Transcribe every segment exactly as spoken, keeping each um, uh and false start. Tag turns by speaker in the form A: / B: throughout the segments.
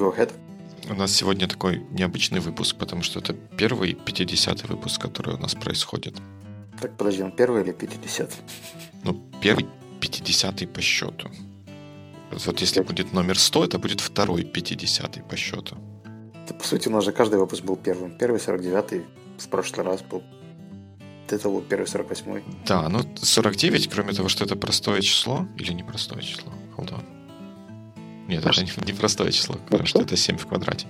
A: go ahead.
B: У нас сегодня такой необычный выпуск, потому что это первый пятидесятый выпуск, который у нас происходит.
A: Так, подожди, он первый или пятидесятый?
B: Ну, первый пятидесятый по счету. Вот если так. будет номер сто, это будет второй пятидесятый по счету.
A: Да, по сути, у нас же каждый выпуск был первым. Первый сорок девятый в прошлый раз был. Это был первый сорок восьмой.
B: Да, ну сорок девять, кроме того, что это простое число, или не простое число? Hold on. Нет, это не, не простое число, потому что? что это семь в квадрате.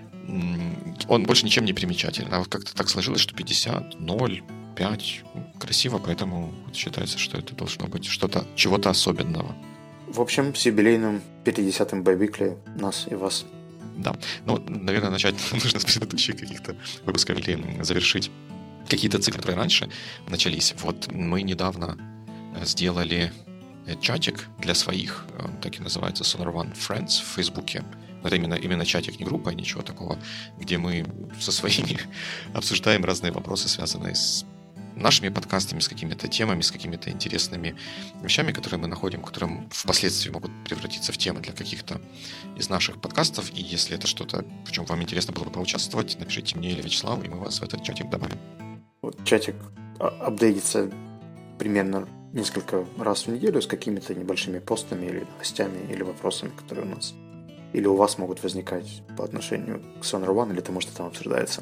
B: Он больше ничем не примечателен. А вот как-то так сложилось, что пятьдесят, ноль, пять красиво, поэтому считается, что это должно быть что-то, чего-то особенного.
A: В общем, с юбилейным пятидесятым Bi-Weekly нас и вас.
B: Да. Ну, наверное, начать нужно с предыдущих каких-то выпусков или завершить какие-то циклы, которые раньше начались. Вот мы недавно сделали чатик для своих, так и называется, SonarOne Friends в Фейсбуке. Это именно, именно чатик, не группа, ничего такого, где мы со своими обсуждаем разные вопросы, связанные с нашими подкастами, с какими-то темами, с какими-то интересными вещами, которые мы находим, которые впоследствии могут превратиться в темы для каких-то из наших подкастов. И если это что-то, в чем вам интересно было бы поучаствовать, напишите мне или Вячеславу, и мы вас в этот чатик добавим.
A: Вот чатик апдейтится примерно несколько раз в неделю с какими-то небольшими постами или новостями, или вопросами, которые у нас или у вас могут возникать по отношению к SonarOne или тому, что там обсуждается.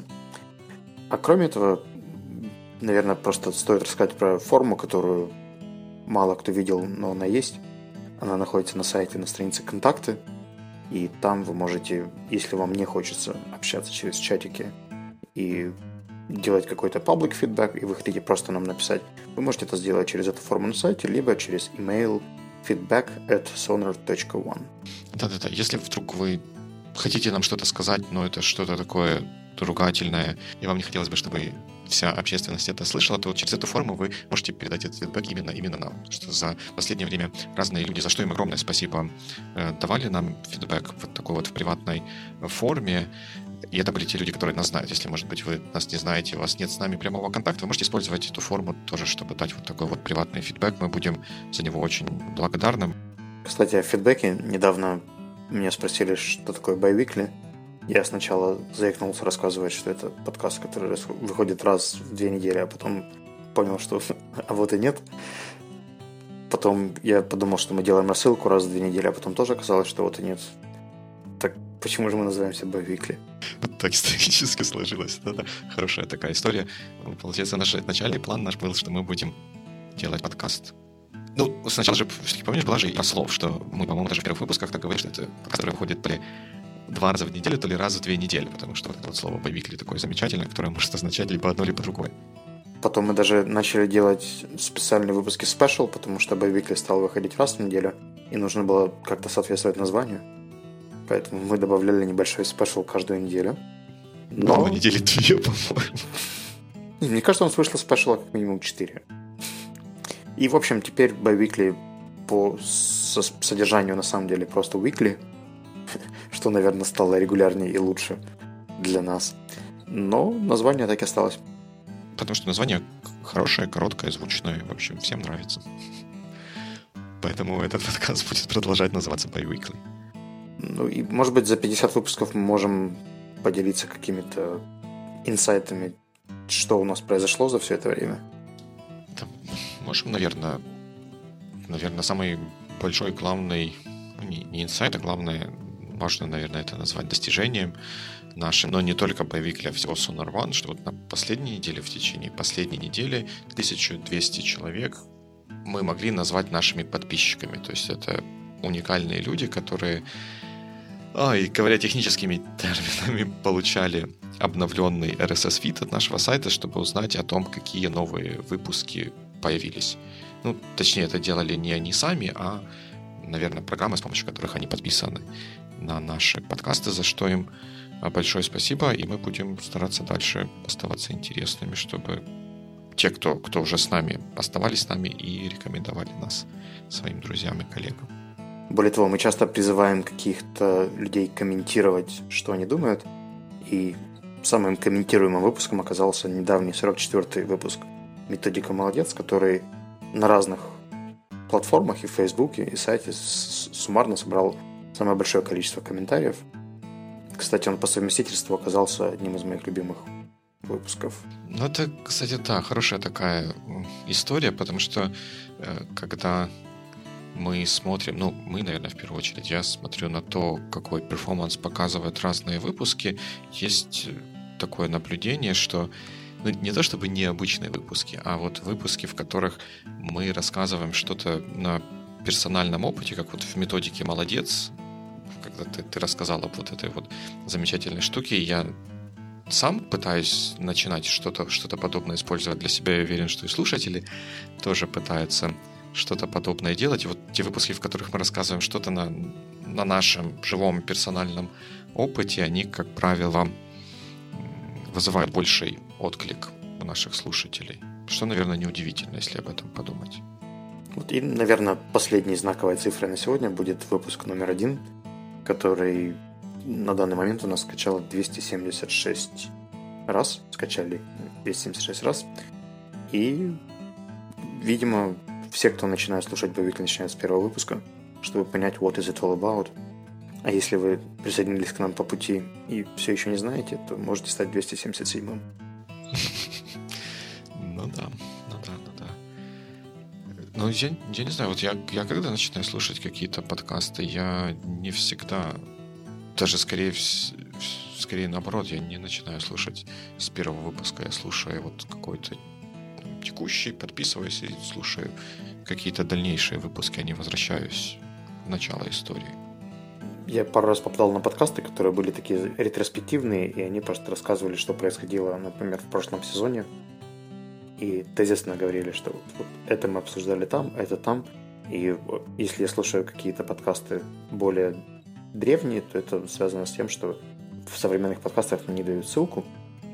A: А кроме этого, наверное, просто стоит рассказать про форму, которую мало кто видел, но она есть. Она находится на сайте, на странице «Контакты», и там вы можете, если вам не хочется общаться через чатики и делать какой-то public feedback, и вы хотите просто нам написать, вы можете это сделать через эту форму на сайте, либо через email feedback at sonar точка one.
B: Да-да-да, если вдруг вы хотите нам что-то сказать, но это что-то такое ругательное, и вам не хотелось бы, чтобы вся общественность это слышала, то через эту форму вы можете передать этот фидбэк именно, именно нам. Что за последнее время разные люди, за что им огромное спасибо, давали нам фидбэк вот такой вот в приватной форме. И это были те люди, которые нас знают. Если, может быть, вы нас не знаете, у вас нет с нами прямого контакта, вы можете использовать эту форму тоже, чтобы дать вот такой вот приватный фидбэк. Мы будем за него очень благодарны.
A: Кстати, о фидбэке. Недавно меня спросили, что такое Bi-Weekly. Я сначала заикнулся рассказывать, что это подкаст, который выходит раз в две недели, а потом понял, что а вот и нет. Потом я подумал, что мы делаем рассылку раз в две недели, а потом тоже оказалось, что вот и нет. Так почему же мы называемся Bi-Weekly?
B: Так исторически сложилось. Это хорошая такая история. Получается, наш начальный план наш был, что мы будем делать подкаст. Ну, сначала же, все-таки помнишь, была же игра слов, что мы, по-моему, даже в первых выпусках так говорили, что это подкаст, который выходит то ли два раза в неделю, то ли раз в две недели, потому что вот это вот слово Bi-Weekly такое замечательное, которое может означать либо одно, либо другое.
A: Потом мы даже начали делать специальные выпуски special, потому что Bi-Weekly стал выходить раз в неделю, и нужно было как-то соответствовать названию. Поэтому мы добавляли небольшой спешл каждую неделю.
B: Но... Ну, недели две, по-моему.
A: Мне кажется, у нас вышло спешла как минимум четыре. И, в общем, теперь Bi-Weekly по содержанию на самом деле просто weekly, что, наверное, стало регулярнее и лучше для нас. Но название так и осталось.
B: Потому что название хорошее, короткое, звучное. В общем, всем нравится. Поэтому этот подкаст будет продолжать называться Bi-Weekly.
A: Ну и, может быть, за пятьдесят выпусков мы можем поделиться какими-то инсайтами, что у нас произошло за все это время.
B: Да, можем, наверное, наверное, самый большой, главный, не, не инсайт, а главное, можно, наверное, это назвать достижением нашим, но не только Bi-Weekly, а всего SonarOne, что вот на последней неделе, в течение последней недели тысяча двести человек мы могли назвать нашими подписчиками. То есть это уникальные люди, которые, а, и говоря техническими терминами, получали обновленный эр эс эс-фид от нашего сайта, чтобы узнать о том, какие новые выпуски появились. Ну, точнее, это делали не они сами, а, наверное, программы, с помощью которых они подписаны на наши подкасты, за что им большое спасибо, и мы будем стараться дальше оставаться интересными, чтобы те, кто, кто уже с нами, оставались с нами и рекомендовали нас своим друзьям и коллегам.
A: Более того, мы часто призываем каких-то людей комментировать, что они думают, и самым комментируемым выпуском оказался недавний сорок четвёртый выпуск «Методика молодец», который на разных платформах, и в Фейсбуке, и сайте суммарно собрал самое большое количество комментариев. кстати, он по совместительству оказался одним из моих любимых выпусков.
B: Ну, это, кстати, да, хорошая такая история, потому что когда мы смотрим, ну, мы, наверное, в первую очередь, я смотрю на то, какой перформанс показывают разные выпуски, есть такое наблюдение, что ну, не то чтобы необычные выпуски, а вот выпуски, в которых мы рассказываем что-то на персональном опыте, как вот в методике «Молодец», когда ты, ты рассказал об вот этой вот замечательной штуке, я сам пытаюсь начинать что-то, что-то подобное использовать для себя. Я уверен, что и слушатели тоже пытаются что-то подобное делать. И вот те выпуски, в которых мы рассказываем что-то на, на нашем живом персональном опыте, они, как правило, вызывают больший отклик у наших слушателей. Что, наверное, неудивительно, если об этом подумать.
A: Вот и, наверное, последней знаковой цифрой на сегодня будет выпуск номер один, который на данный момент у нас скачало двести семьдесят шесть раз. Скачали двести семьдесят шесть раз. И, видимо, все, кто начинает слушать боевик, начинают с первого выпуска, чтобы понять, what is it all about. А если вы присоединились к нам по пути и все еще не знаете, то можете стать двести семьдесят седьмым.
B: Ну да, ну да, ну да. Ну, я, я не знаю, вот я, я когда начинаю слушать какие-то подкасты, я не всегда, даже скорее, скорее наоборот, я не начинаю слушать с первого выпуска, я слушаю вот какой-то текущий, подписываюсь и слушаю какие-то дальнейшие выпуски, а не возвращаюсь в начало истории.
A: Я пару раз попадал на подкасты, которые были такие ретроспективные, и они просто рассказывали, что происходило, например, в прошлом сезоне. И тезисно говорили, что вот, вот это мы обсуждали там, это там. И если я слушаю какие-то подкасты более древние, то это связано с тем, что в современных подкастах мне дают ссылку.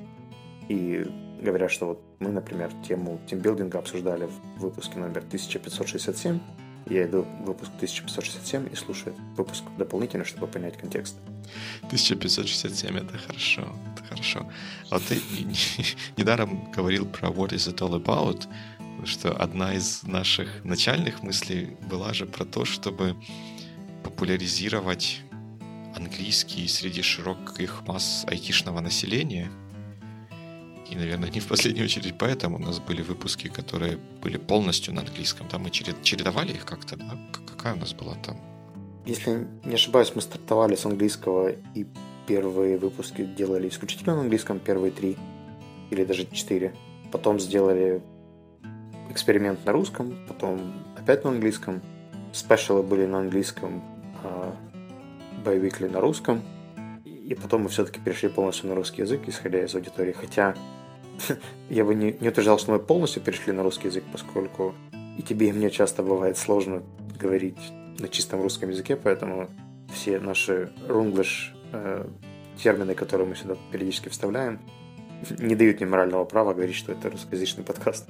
A: И говорят, что вот мы, например, тему тимбилдинга обсуждали в выпуске номер тысяча пятьсот шестьдесят семь. Я иду в выпуск тысяча пятьсот шестьдесят семь и слушаю этот выпуск дополнительно, чтобы понять контекст.
B: тысяча пятьсот шестьдесят семь, это хорошо, это хорошо. А вот ты недаром говорил про What is it all about, что одна из наших начальных мыслей была же про то, чтобы популяризировать английский среди широких масс айтишного населения. И, наверное, не в последнюю очередь поэтому у нас были выпуски, которые были полностью на английском. Да, мы чередовали их как-то, да? Какая у нас была там?
A: Если не ошибаюсь, мы стартовали с английского, и первые выпуски делали исключительно на английском, первые три или даже четыре. Потом сделали эксперимент на русском, потом опять на английском. Спешалы были на английском, а боевикли на русском. И потом мы все-таки перешли полностью на русский язык, исходя из аудитории. Хотя я бы не, не утверждал, что мы полностью перешли на русский язык, поскольку и тебе, и мне часто бывает сложно говорить на чистом русском языке, поэтому все наши рунглиш э, термины, которые мы сюда периодически вставляем, не дают мне морального права говорить, что это русскоязычный подкаст.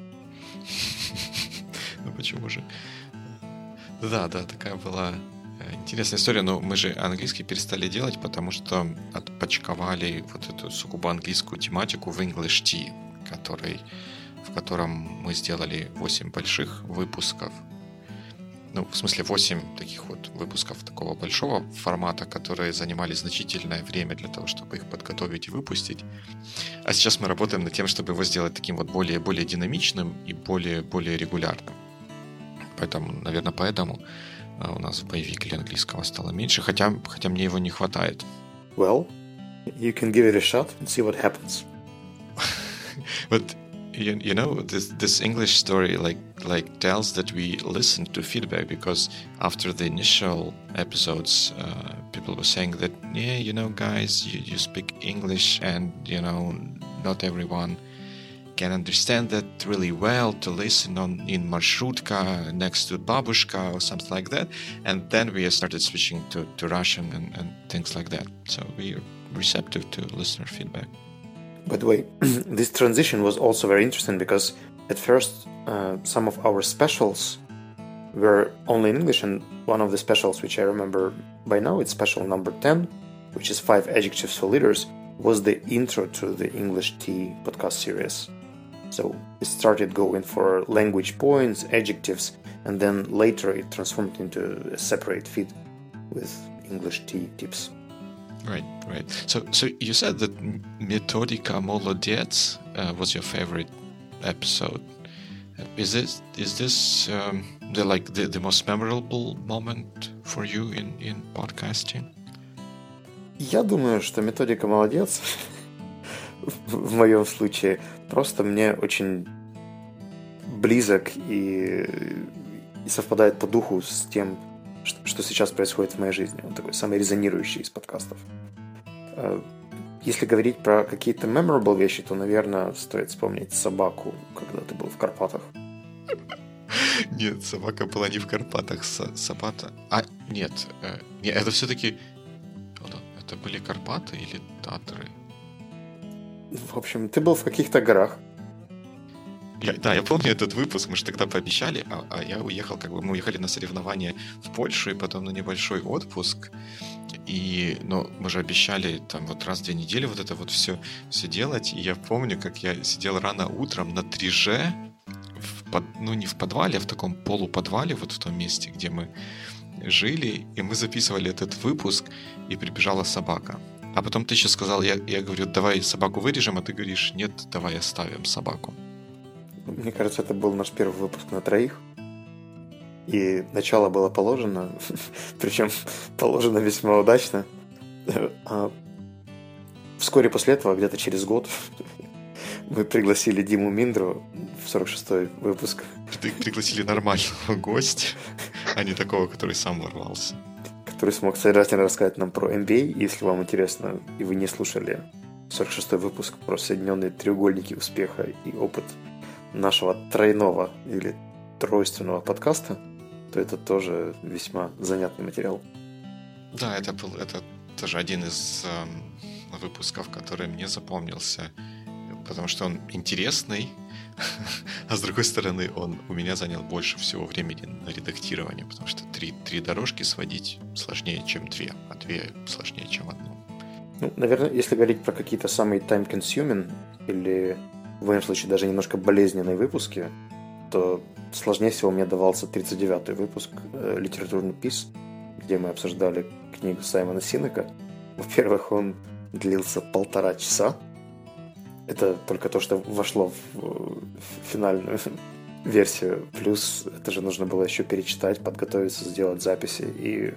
B: Ну почему же? Да, да, такая была интересная история, но мы же английский перестали делать, потому что отпочковали вот эту сугубо английскую тематику в English Tea, который, в котором мы сделали восемь больших выпусков. Ну, в смысле, восемь таких вот выпусков такого большого формата, которые занимали значительное время для того, чтобы их подготовить и выпустить. А сейчас мы работаем над тем, чтобы его сделать таким вот более, более динамичным и более, более регулярным. Поэтому, наверное, поэтому у нас в боевике английского стало меньше, хотя, хотя мне его не хватает.
A: Well, you can give it a shot and see what happens.
B: But you, you know, this this English story like like tells that we listen to feedback, because after the initial episodes, uh, people were saying that, yeah, you know, guys, you, you speak English, and you know, not everyone can understand that really well to listen on in marshrutka next to babushka or something like that. And then we started switching to, to Russian and, and things like that. So we are receptive to listener feedback.
A: By the way, this transition was also very interesting because at first uh, some of our specials were only in English, and one of the specials, which I remember by now, it's special number ten, which is five adjectives for leaders, was the intro to the English Tea podcast series. So it started going for language points, adjectives, and then later it transformed into a separate feed with English Tea tips.
B: Right, right. So, so you said that Metodika Molodets uh, was your favorite episode. Is this is this um, the like the, the most memorable moment for you in, in podcasting?
A: Я думаю, что методика молодец. В моем случае просто мне очень близок и, и совпадает по духу с тем, что сейчас происходит в моей жизни. Он такой самый резонирующий из подкастов. Если говорить про какие-то memorable вещи, то, наверное, стоит вспомнить собаку, когда ты был в Карпатах.
B: Нет, собака была не в Карпатах. Собака... А, нет. Нет, это все-таки... Это были Карпаты или Татры?
A: В общем, ты был в каких-то горах.
B: Я, да, я помню этот выпуск, мы же тогда пообещали, а, а я уехал, как бы мы уехали на соревнования в Польшу и потом на небольшой отпуск. И, ну, мы же обещали там вот раз в две недели вот это вот все, все делать. И я помню, как я сидел рано утром на триже, в под, ну не в подвале, а в таком полуподвале, вот в том месте, где мы жили, и мы записывали этот выпуск, и прибежала собака. А потом ты еще сказал, я, я говорю, давай собаку вырежем, а ты говоришь, нет, давай оставим собаку.
A: Мне кажется, это был наш первый выпуск на троих. И начало было положено, причем положено весьма удачно. А вскоре после этого, где-то через год, мы пригласили Диму Миндру в сорок шестой выпуск.
B: Ты пригласили нормального гостя, а не такого, который сам ворвался.
A: Который смог содержательно рассказать нам про эм би эй. Если вам интересно, и вы не слушали сорок шестой выпуск про соединенные треугольники успеха и опыт нашего тройного или тройственного подкаста, то это тоже весьма занятный материал.
B: Да, это был это тоже один из э, выпусков, который мне запомнился, потому что он интересный, а с другой стороны, он у меня занял больше всего времени на редактирование, потому что три, три дорожки сводить сложнее, чем две, а две сложнее, чем одну.
A: Ну, наверное, если говорить про какие-то самые time-consuming или, в моем случае, даже немножко болезненные выпуски, то сложнее всего мне давался тридцать девятый выпуск э, «Литературный пис», где мы обсуждали книгу Саймона Синека. Во-первых, он длился полтора часа. Это только то, что вошло в, в финальную версию. Плюс это же нужно было еще перечитать, подготовиться, сделать записи. И,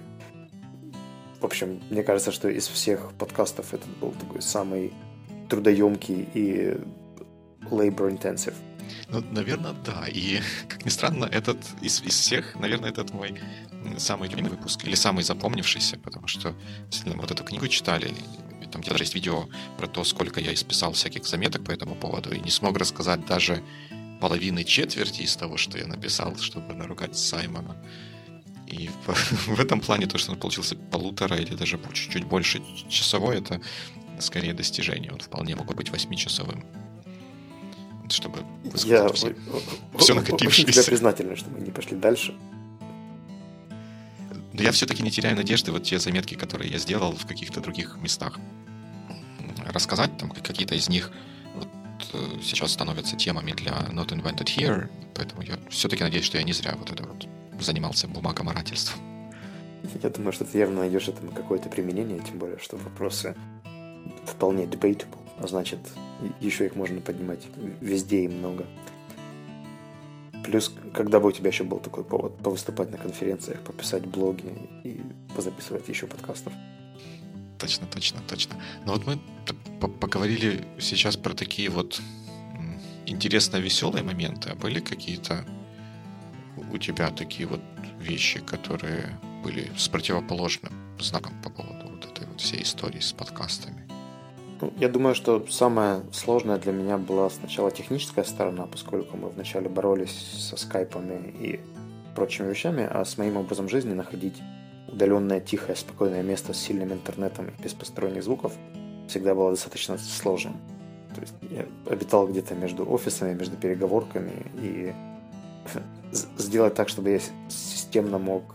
A: в общем, мне кажется, что из всех подкастов этот был такой самый трудоемкий и labor-intensive.
B: Ну, наверное, да. И, как ни странно, этот из, из всех, наверное, этот мой самый любимый выпуск. Или самый запомнившийся, потому что действительно вот эту книгу читали. Там даже есть видео про то, сколько я исписал всяких заметок по этому поводу. И не смог рассказать даже половины четверти из того, что я написал, чтобы наругать Саймона. И в, в этом плане то, что он получился полутора или даже чуть-чуть больше часовой, это скорее достижение. Он вполне мог быть восьмичасовым. Чтобы
A: я
B: все, все накопившееся.
A: Я очень признателен, что мы не пошли дальше.
B: Но я все-таки не теряю надежды вот те заметки, которые я сделал в каких-то других местах, рассказать, там какие-то из них вот, сейчас становятся темами для Not Invented Here, поэтому я все-таки надеюсь, что я не зря вот это вот занимался бумагоморательством. Я
A: думаю, что ты явно найдешь этому какое-то применение, тем более, что вопросы вполне debatable, а значит, еще их можно поднимать везде и много. Плюс, когда бы у тебя еще был такой повод повыступать на конференциях, пописать блоги и позаписывать еще подкастов.
B: Точно, точно, точно. Но вот мы поговорили сейчас про такие вот интересно веселые моменты, а были какие-то у тебя такие вот вещи, которые были с противоположным знаком по поводу вот этой вот всей истории с подкастами?
A: Я думаю, что самое сложное для меня была сначала техническая сторона, поскольку мы вначале боролись со скайпами и прочими вещами, а с моим образом жизни находить удаленное, тихое, спокойное место с сильным интернетом и без посторонних звуков всегда было достаточно сложным. То есть я обитал где-то между офисами, между переговорками, и сделать так, чтобы я системно мог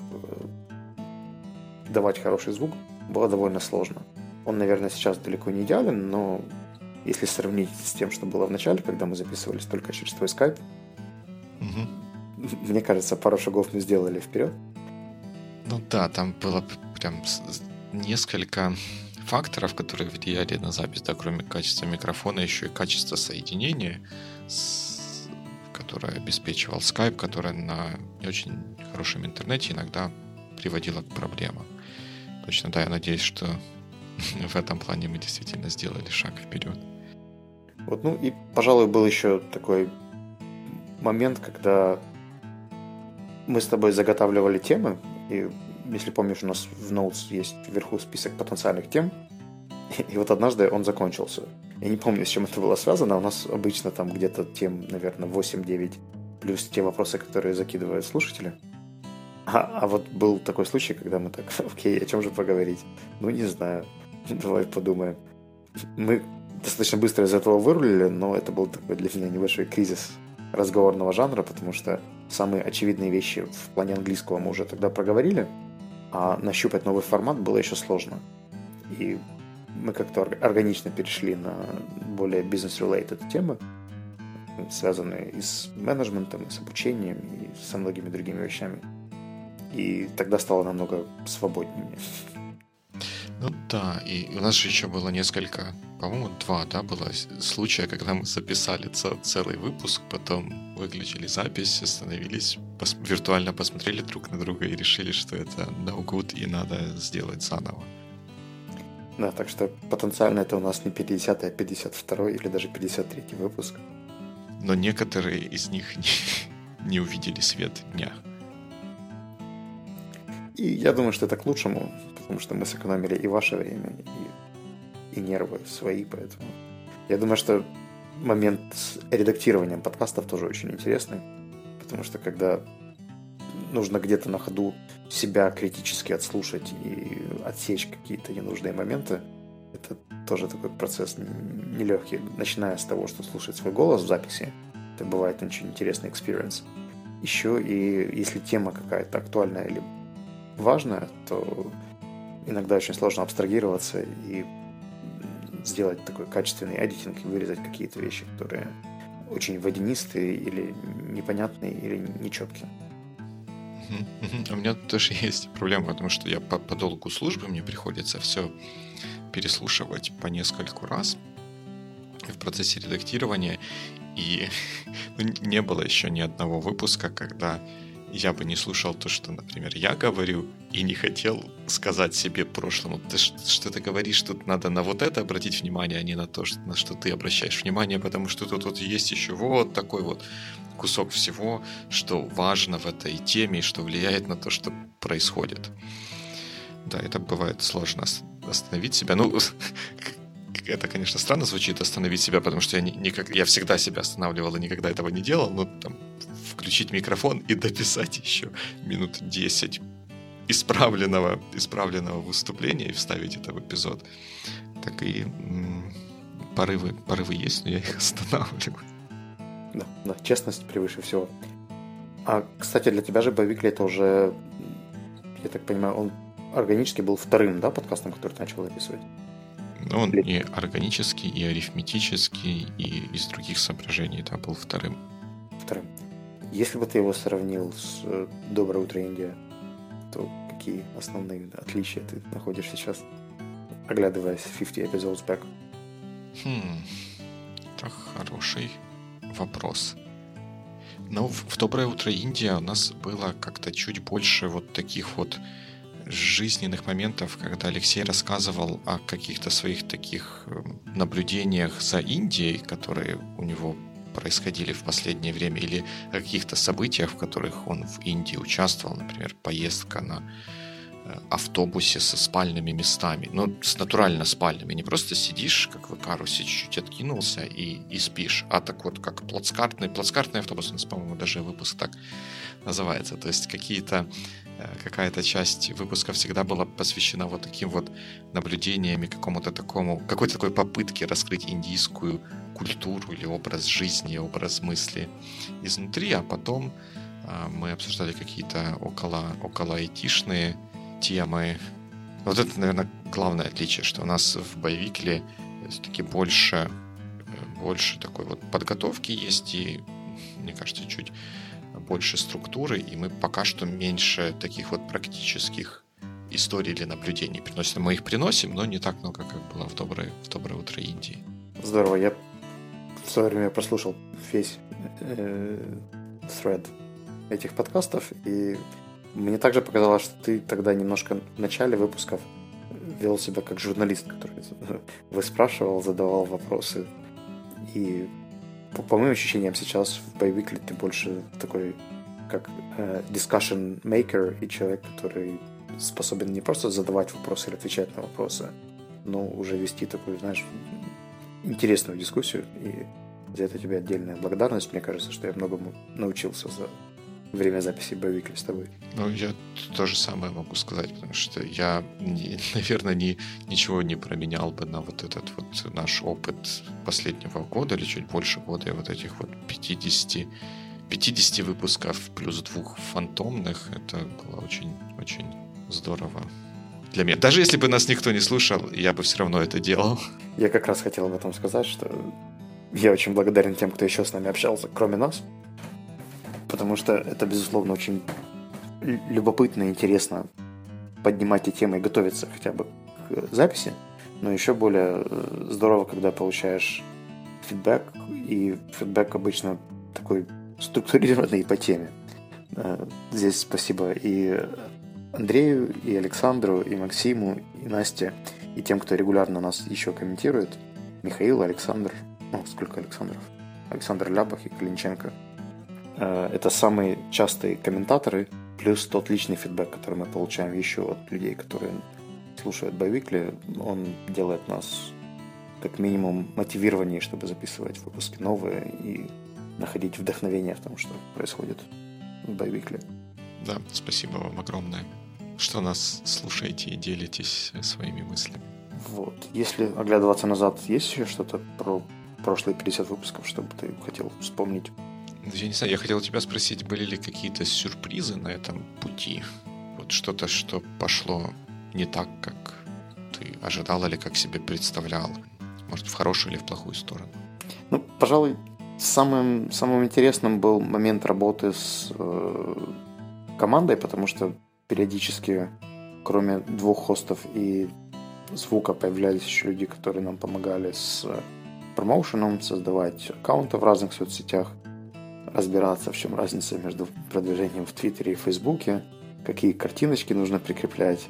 A: давать хороший звук, было довольно сложно. Он, наверное, сейчас далеко не идеален, но если сравнить с тем, что было в начале, когда мы записывались только через твой скайп, угу. Мне кажется, пару шагов мы сделали вперед.
B: Ну да, там было прям несколько факторов, которые влияли на запись, да, кроме качества микрофона, еще и качество соединения, с... которое обеспечивал Skype, которое на не очень хорошем интернете иногда приводило к проблемам. Точно, да, я надеюсь, что в этом плане мы действительно сделали шаг вперед.
A: Вот, ну и, пожалуй, был еще такой момент, когда мы с тобой заготавливали темы, и, если помнишь, у нас в Notes есть вверху список потенциальных тем, и вот однажды он закончился. Я не помню, с чем это было связано, у нас обычно там где-то тем, наверное, восемь-девять, плюс те вопросы, которые закидывают слушатели. А, а вот был такой случай, когда мы так, окей, о чем же поговорить? Ну, не знаю, давай подумаем. Мы достаточно быстро из этого вырулили, но это был такой для меня небольшой кризис разговорного жанра, потому что самые очевидные вещи в плане английского мы уже тогда проговорили, а нащупать новый формат было еще сложно. И мы как-то органично перешли на более business-related темы, связанные и с менеджментом, и с обучением, и со многими другими вещами. И тогда стало намного свободнее.
B: Ну да, и у нас же еще было несколько, по-моему, два, да, было случая, когда мы записали целый выпуск, потом выключили запись, остановились, пос- виртуально посмотрели друг на друга и решили, что это no good и надо сделать заново.
A: Да, так что потенциально это у нас не пятидесятый, а пятьдесят второй или даже пятьдесят третий выпуск.
B: Но некоторые из них не, не увидели свет дня.
A: И я думаю, что это к лучшему, потому что мы сэкономили и ваше время, и, и нервы свои, поэтому... Я думаю, что момент с редактированием подкастов тоже очень интересный, потому что когда нужно где-то на ходу себя критически отслушать и отсечь какие-то ненужные моменты, это тоже такой процесс нелегкий, начиная с того, что слушать свой голос в записи, это бывает очень интересный экспириенс. Еще и если тема какая-то актуальная или важное, то иногда очень сложно абстрагироваться и сделать такой качественный эдитинг и вырезать какие-то вещи, которые очень водянистые или непонятные, или нечеткие.
B: У меня тоже есть проблема, потому что я по, по долгу службы мне приходится все переслушивать по нескольку раз в процессе редактирования, и ну, не было еще ни одного выпуска, когда я бы не слушал то, что, например, я говорю, и не хотел сказать себе прошлому, ты что ты говоришь, тут надо на вот это обратить внимание, а не на то, что, на что ты обращаешь внимание, потому что тут вот есть еще вот такой вот кусок всего, что важно в этой теме и что влияет на то, что происходит. Да, это бывает сложно остановить себя. Ну, это, конечно, странно звучит, остановить себя, потому что я, не, никак, я всегда себя останавливал и никогда этого не делал, но там включить микрофон и дописать еще минут десять исправленного, исправленного выступления и вставить это в эпизод. Так и м- порывы, порывы есть, но я их останавливаю.
A: Да, да, честность превыше всего. А, кстати, для тебя же Biweekly это уже, я так понимаю, он органически был вторым, да, подкастом, который ты начал записывать?
B: Ну, он и органический, и арифметический, и из других соображений, да, был вторым.
A: Вторым. Если бы ты его сравнил с «Доброе утро, Индия», то какие основные отличия ты находишь сейчас, оглядываясь fifty episodes back?
B: Хм, это хороший вопрос. Но в, в «Доброе утро, Индия» у нас было как-то чуть больше вот таких вот жизненных моментов, когда Алексей рассказывал о каких-то своих таких наблюдениях за Индией, которые у него происходили в последнее время, или о каких-то событиях, в которых он в Индии участвовал, например, поездка на автобусе со спальными местами, ну, с натурально спальными, не просто сидишь, как в Икарусе, чуть-чуть откинулся и, и спишь, а так вот, как плацкартный, плацкартный автобус, у нас, по-моему, даже выпуск так называется, то есть какие-то какая-то часть выпуска всегда была посвящена вот таким вот наблюдениями, какому-то такому, какой-то такой попытке раскрыть индийскую культуру или образ жизни, образ мысли изнутри, а потом а, мы обсуждали какие-то около, около айтишные темы. Вот это, наверное, главное отличие, что у нас в Biweekly все-таки больше, больше такой вот подготовки есть и, мне кажется, чуть больше структуры, и мы пока что меньше таких вот практических историй или наблюдений приносит. Мы их приносим, но не так много, как было в «Доброе, в доброе утро Индии».
A: Здорово. Я в свое время прослушал весь э, thread этих подкастов, и мне также показалось, что ты тогда немножко в начале выпусков вел себя как журналист, который выспрашивал, задавал вопросы. И по, по моим ощущениям сейчас в Biweekly ты больше такой как э, discussion maker и человек, который способен не просто задавать вопросы или отвечать на вопросы, но уже вести такую, знаешь, интересную дискуссию. И за это тебе отдельная благодарность. Мне кажется, что я многому научился за время записи Biweekly с тобой.
B: Ну, я то же самое могу сказать, потому что я, наверное, не, ничего не променял бы на вот этот вот наш опыт последнего года или чуть больше года, и вот этих вот пятьдесят, пятьдесят выпусков плюс двух фантомных. Это было очень-очень здорово для меня. Даже если бы нас никто не слушал, я бы все равно это делал.
A: Я как раз хотел об этом сказать, что я очень благодарен тем, кто еще с нами общался, кроме нас. Потому что это, безусловно, очень любопытно и интересно поднимать эти темы и готовиться хотя бы к записи. Но еще более здорово, когда получаешь фидбэк. И фидбэк обычно такой структурированный по теме. Здесь спасибо и Андрею, и Александру, и Максиму, и Насте, и тем, кто регулярно нас еще комментирует. Михаил, Александр, ну, сколько Александров? Александр Ляпах и Клинченко. Это самые частые комментаторы, плюс тот личный фидбэк, который мы получаем еще от людей, которые слушают Biweekly. Он делает нас как минимум мотивированнее, чтобы записывать выпуски новые и находить вдохновение в том, что происходит в Biweekly.
B: Да, спасибо вам огромное, что нас слушаете и делитесь своими мыслями.
A: Вот. Если оглядываться назад, есть еще что-то про прошлые пятьдесят выпусков, чтобы ты хотел вспомнить?
B: Я не знаю, я хотел тебя спросить, были ли какие-то сюрпризы на этом пути? Вот что-то, что пошло не так, как ты ожидал или как себе представлял? Может, в хорошую или в плохую сторону?
A: Ну, пожалуй, самым, самым интересным был момент работы с э, командой, потому что периодически, кроме двух хостов и звука, появлялись еще люди, которые нам помогали с промоушеном, создавать аккаунты в разных соцсетях, разбираться, в чем разница между продвижением в Твиттере и Фейсбуке, какие картиночки нужно прикреплять,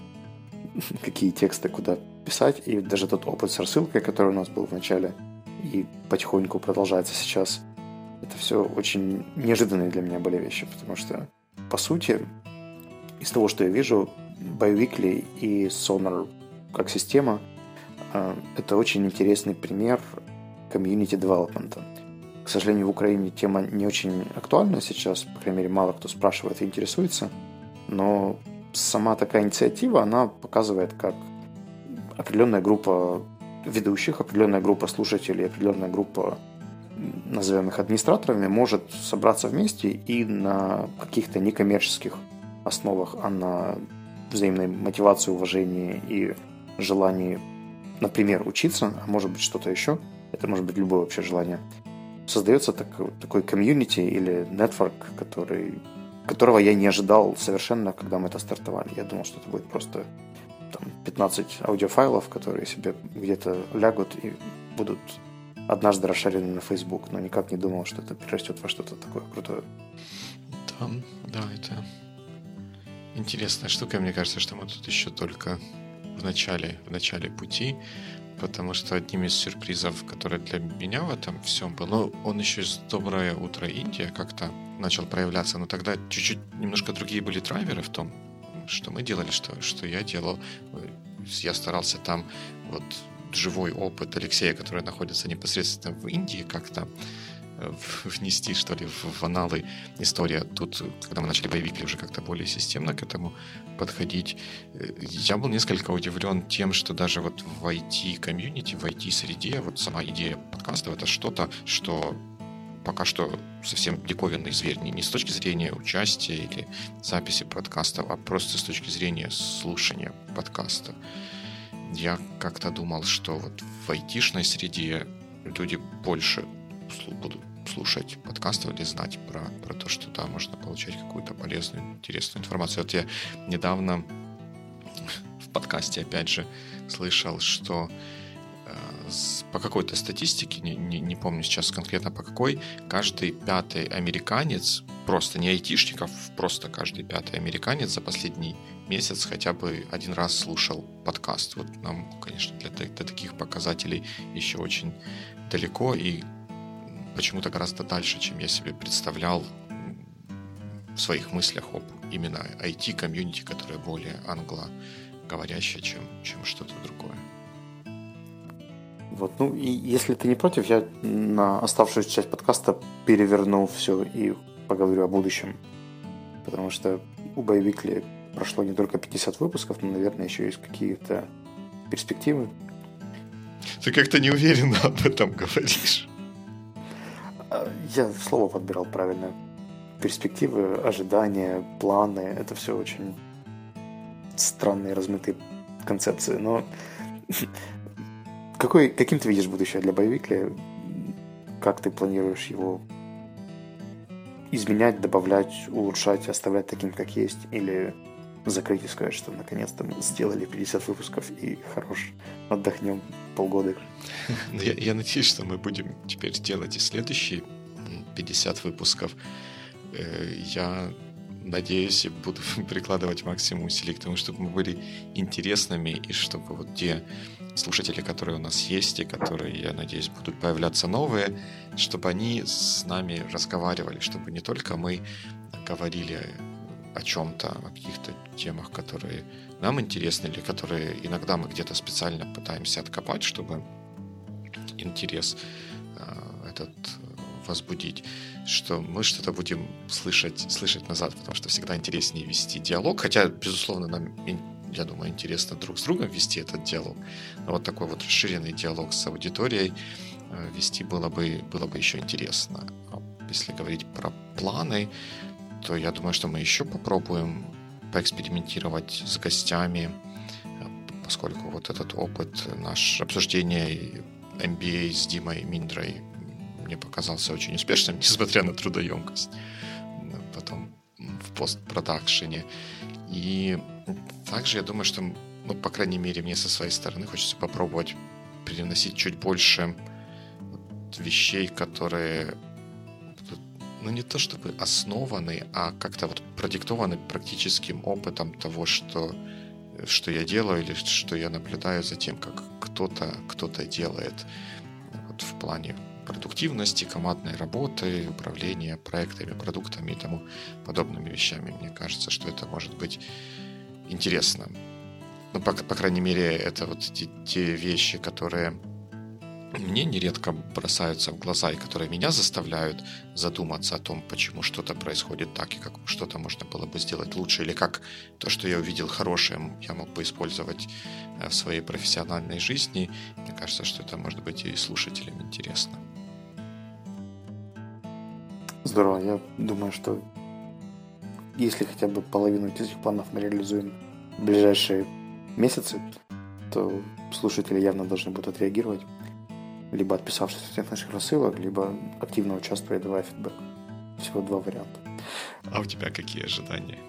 A: какие тексты куда писать. И даже тот опыт с рассылкой, который у нас был в начале и потихоньку продолжается сейчас, это все очень неожиданные для меня были вещи, потому что, по сути, из того, что я вижу, Biweekly и Sonar как система – это очень интересный пример комьюнити девелопмента. К сожалению, в Украине тема не очень актуальна сейчас, по крайней мере, мало кто спрашивает и интересуется, но сама такая инициатива, она показывает, как определенная группа ведущих, определенная группа слушателей, определенная группа, назовем их администраторами, может собраться вместе и на каких-то некоммерческих основах, а на взаимной мотивации, уважении и желании, например, учиться, а может быть что-то еще, это может быть любое вообще желание, создается так, такой комьюнити или нетворк, который, которого я не ожидал совершенно, когда мы это стартовали. Я думал, что это будет просто там, пятнадцать аудиофайлов, которые себе где-то лягут и будут однажды расшарены на Facebook, но никак не думал, что это перерастет во что-то такое крутое.
B: Да, да, это интересная штука. Мне кажется, что мы тут еще только в начале, в начале пути, потому что одним из сюрпризов, который для меня в этом всем был, ну, он еще из «Доброе утро Индия» как-то начал проявляться, но тогда чуть-чуть немножко другие были драйверы в том, что мы делали, что, что я делал. Я старался там вот живой опыт Алексея, который находится непосредственно в Индии, как-то внести, что ли, в аналы история. Тут, когда мы начали Biweekly, уже как-то более системно к этому подходить. Я был несколько удивлен тем, что даже вот в ай ти-комьюнити, в ай ти-среде, вот сама идея подкастов — это что-то, что пока что совсем диковинный зверь. Не, не с точки зрения участия или записи подкастов, а просто с точки зрения слушания подкаста. Я как-то думал, что вот в айтишной среде люди больше будут слушать подкасты или знать про, про то, что да, можно получать какую-то полезную, интересную информацию. Вот я недавно подкасте, опять же, слышал, что по какой-то статистике, не, не, не помню сейчас конкретно по какой, каждый пятый американец, просто не айтишников, просто каждый пятый американец за последний месяц хотя бы один раз слушал подкаст. Вот нам, конечно, для, для таких показателей еще очень далеко и почему-то гораздо дальше, чем я себе представлял в своих мыслях об именно ай ти-комьюнити, которое более англоговорящее, чем, чем что-то другое.
A: Вот, ну и если ты не против, я на оставшуюся часть подкаста переверну все и поговорю о будущем. Потому что у Biweekly прошло не только пятьдесят выпусков, но, наверное, еще есть какие-то перспективы.
B: Ты как-то неуверенно об этом говоришь.
A: Я слово подбирал правильно. Перспективы, ожидания, планы — это все очень странные, размытые концепции. Но какой, каким ты видишь будущее для Biweekly? Как ты планируешь его изменять, добавлять, улучшать, оставлять таким, как есть? Или закрыть и сказать, что наконец-то мы сделали пятьдесят выпусков и хорош, отдохнем полгода?
B: Я, я надеюсь, что мы будем теперь делать и следующие пятьдесят выпусков. Я надеюсь и буду прикладывать максимум усилий к тому, чтобы мы были интересными и чтобы вот те слушатели, которые у нас есть и которые, я надеюсь, будут появляться новые, чтобы они с нами разговаривали, чтобы не только мы говорили о чем-то, о каких-то темах, которые нам интересны или которые иногда мы где-то специально пытаемся откопать, чтобы интерес этот возбудить, что мы что-то будем слышать, слышать назад, потому что всегда интереснее вести диалог, хотя, безусловно, нам, я думаю, интересно друг с другом вести этот диалог, но вот такой вот расширенный диалог с аудиторией вести было бы, было бы еще интересно. А если говорить про планы, то я думаю, что мы еще попробуем поэкспериментировать с гостями, поскольку вот этот опыт, наше обсуждение эм би эй с Димой Миндрой мне показался очень успешным, несмотря на трудоемкость потом в постпродакшене. И также я думаю, что, ну, по крайней мере, мне со своей стороны хочется попробовать переносить чуть больше вещей, которые, ну, не то чтобы основаны, а как-то вот продиктованы практическим опытом того, что, что я делаю или что я наблюдаю за тем, как кто-то, кто-то делает вот в плане продуктивности, командной работы, управления проектами, продуктами и тому подобными вещами. Мне кажется, что это может быть интересно. Ну, по, по крайней мере, это вот те, те вещи, которые мне нередко бросаются в глаза и которые меня заставляют задуматься о том, почему что-то происходит так и как что-то можно было бы сделать лучше, или как то, что я увидел хорошее, я мог бы использовать в своей профессиональной жизни. Мне кажется, что это может быть и слушателям интересно.
A: Здорово. Я думаю, что если хотя бы половину этих планов мы реализуем в ближайшие месяцы, то слушатели явно должны будут отреагировать, либо отписавшись от всех наших рассылок, либо активно участвуя, давая фидбэк. Всего два варианта.
B: А у тебя какие ожидания?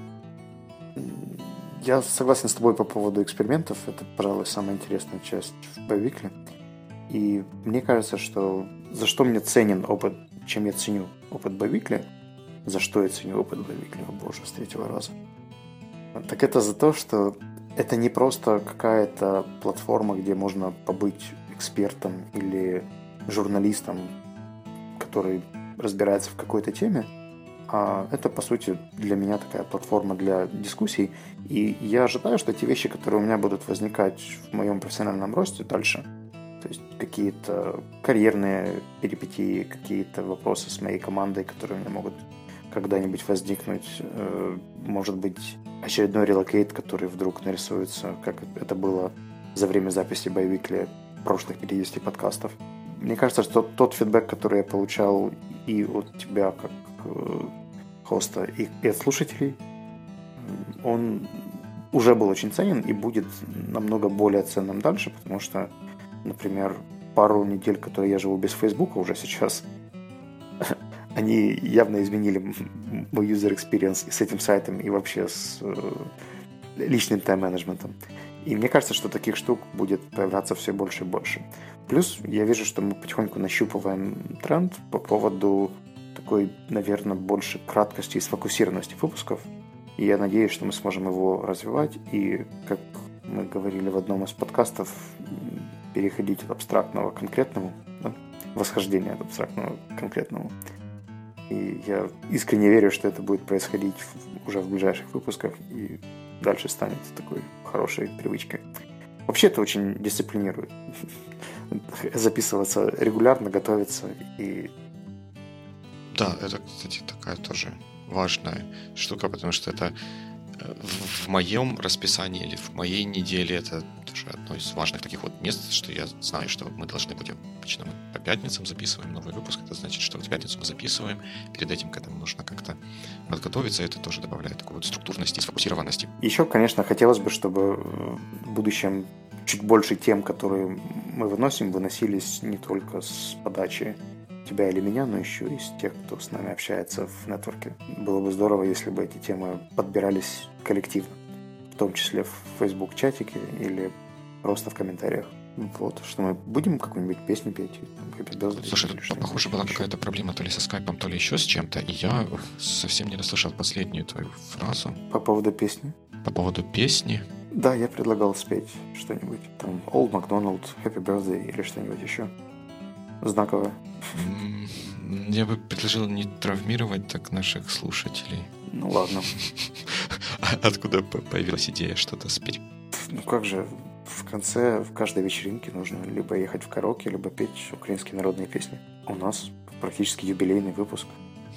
A: Я согласен с тобой по поводу экспериментов. Это, пожалуй, самая интересная часть в Biweekly. И мне кажется, что за что мне ценен опыт, чем я ценю опыт Biweekly, за что я ценю опыт Biweekly, о боже, с третьего раза, так это за то, что это не просто какая-то платформа, где можно побыть экспертом или журналистом, который разбирается в какой-то теме, а это, по сути, для меня такая платформа для дискуссий. И я ожидаю, что те вещи, которые у меня будут возникать в моем профессиональном росте дальше, то есть какие-то карьерные перипетии, какие-то вопросы с моей командой, которые у меня могут когда-нибудь возникнуть, может быть, очередной релокейт, который вдруг нарисуется, как это было за время записи Biweekly прошлых пятидесяти подкастов. Мне кажется, что тот фидбэк, который я получал и от тебя как хоста, и от слушателей, он уже был очень ценен и будет намного более ценным дальше, потому что, например, пару недель, которые я живу без Фейсбука уже сейчас, они явно изменили мой user experience и с этим сайтом, и вообще с личным тайм-менеджментом. И мне кажется, что таких штук будет появляться все больше и больше. Плюс я вижу, что мы потихоньку нащупываем тренд по поводу такой, наверное, больше краткости и сфокусированности выпусков. И я надеюсь, что мы сможем его развивать и, как мы говорили в одном из подкастов, переходить от абстрактного к конкретному, да? Восхождение от абстрактного к конкретному. И я искренне верю, что это будет происходить уже в ближайших выпусках и дальше станет такой хорошей привычкой. Вообще это очень дисциплинирует. Записываться регулярно, готовиться и...
B: Да, это, кстати, такая тоже важная штука, потому что это в моем расписании или в моей неделе это тоже одно из важных таких вот мест, что я знаю, что мы должны будем, обычно мы по пятницам записываем новый выпуск, это значит, что в пятницу мы записываем, перед этим к этому нужно как-то подготовиться, это тоже добавляет такой вот структурности и сфокусированности.
A: Еще, конечно, хотелось бы, чтобы в будущем чуть больше тем, которые мы выносим, выносились не только с подачи тебя или меня, но еще и из тех, кто с нами общается в нетворке. Было бы здорово, если бы эти темы подбирались коллективно, в том числе в Facebook-чатике или просто в комментариях. Вот, что мы будем какую-нибудь песню петь. Там, Happy Birthday,
B: слушай, тут, похоже, была какая-то проблема то ли со скайпом, то ли еще с чем-то, и я совсем не расслышал последнюю твою фразу.
A: По поводу песни?
B: По поводу песни?
A: Да, я предлагал спеть что-нибудь. Там Old MacDonald, Happy Birthday или что-нибудь еще знаковое.
B: Я бы предложил не травмировать так наших слушателей.
A: Ну ладно.
B: Откуда появилась идея что-то спеть?
A: Ну как же, в конце в каждой вечеринке нужно либо ехать в караоке, либо петь украинские народные песни. У нас практически юбилейный выпуск.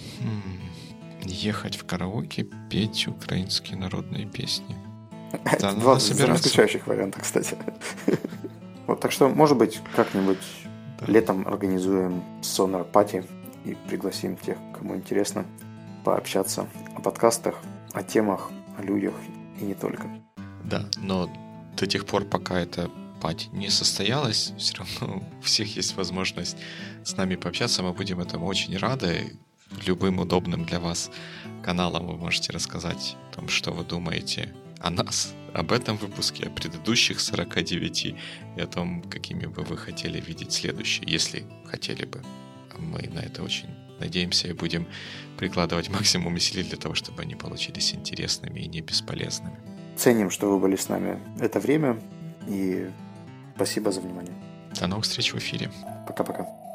B: Ехать в караоке, петь украинские народные песни.
A: Это два заключающих варианта, кстати. Вот, так что, может быть, как-нибудь летом организуем Sonar Party и пригласим тех, кому интересно, пообщаться о подкастах, о темах, о людях и не только.
B: Да, но до тех пор, пока эта пати не состоялась, все равно у всех есть возможность с нами пообщаться, мы будем этому очень рады. Любым удобным для вас каналом вы можете рассказать о том, что вы думаете о нас, об этом выпуске, о предыдущих сорока девяти и о том, какими бы вы хотели видеть следующие, если хотели бы. Мы на это очень надеемся и будем прикладывать максимум усилий для того, чтобы они получились интересными и не бесполезными.
A: Ценим, что вы были с нами это время, и спасибо за внимание.
B: До новых встреч в эфире.
A: Пока-пока.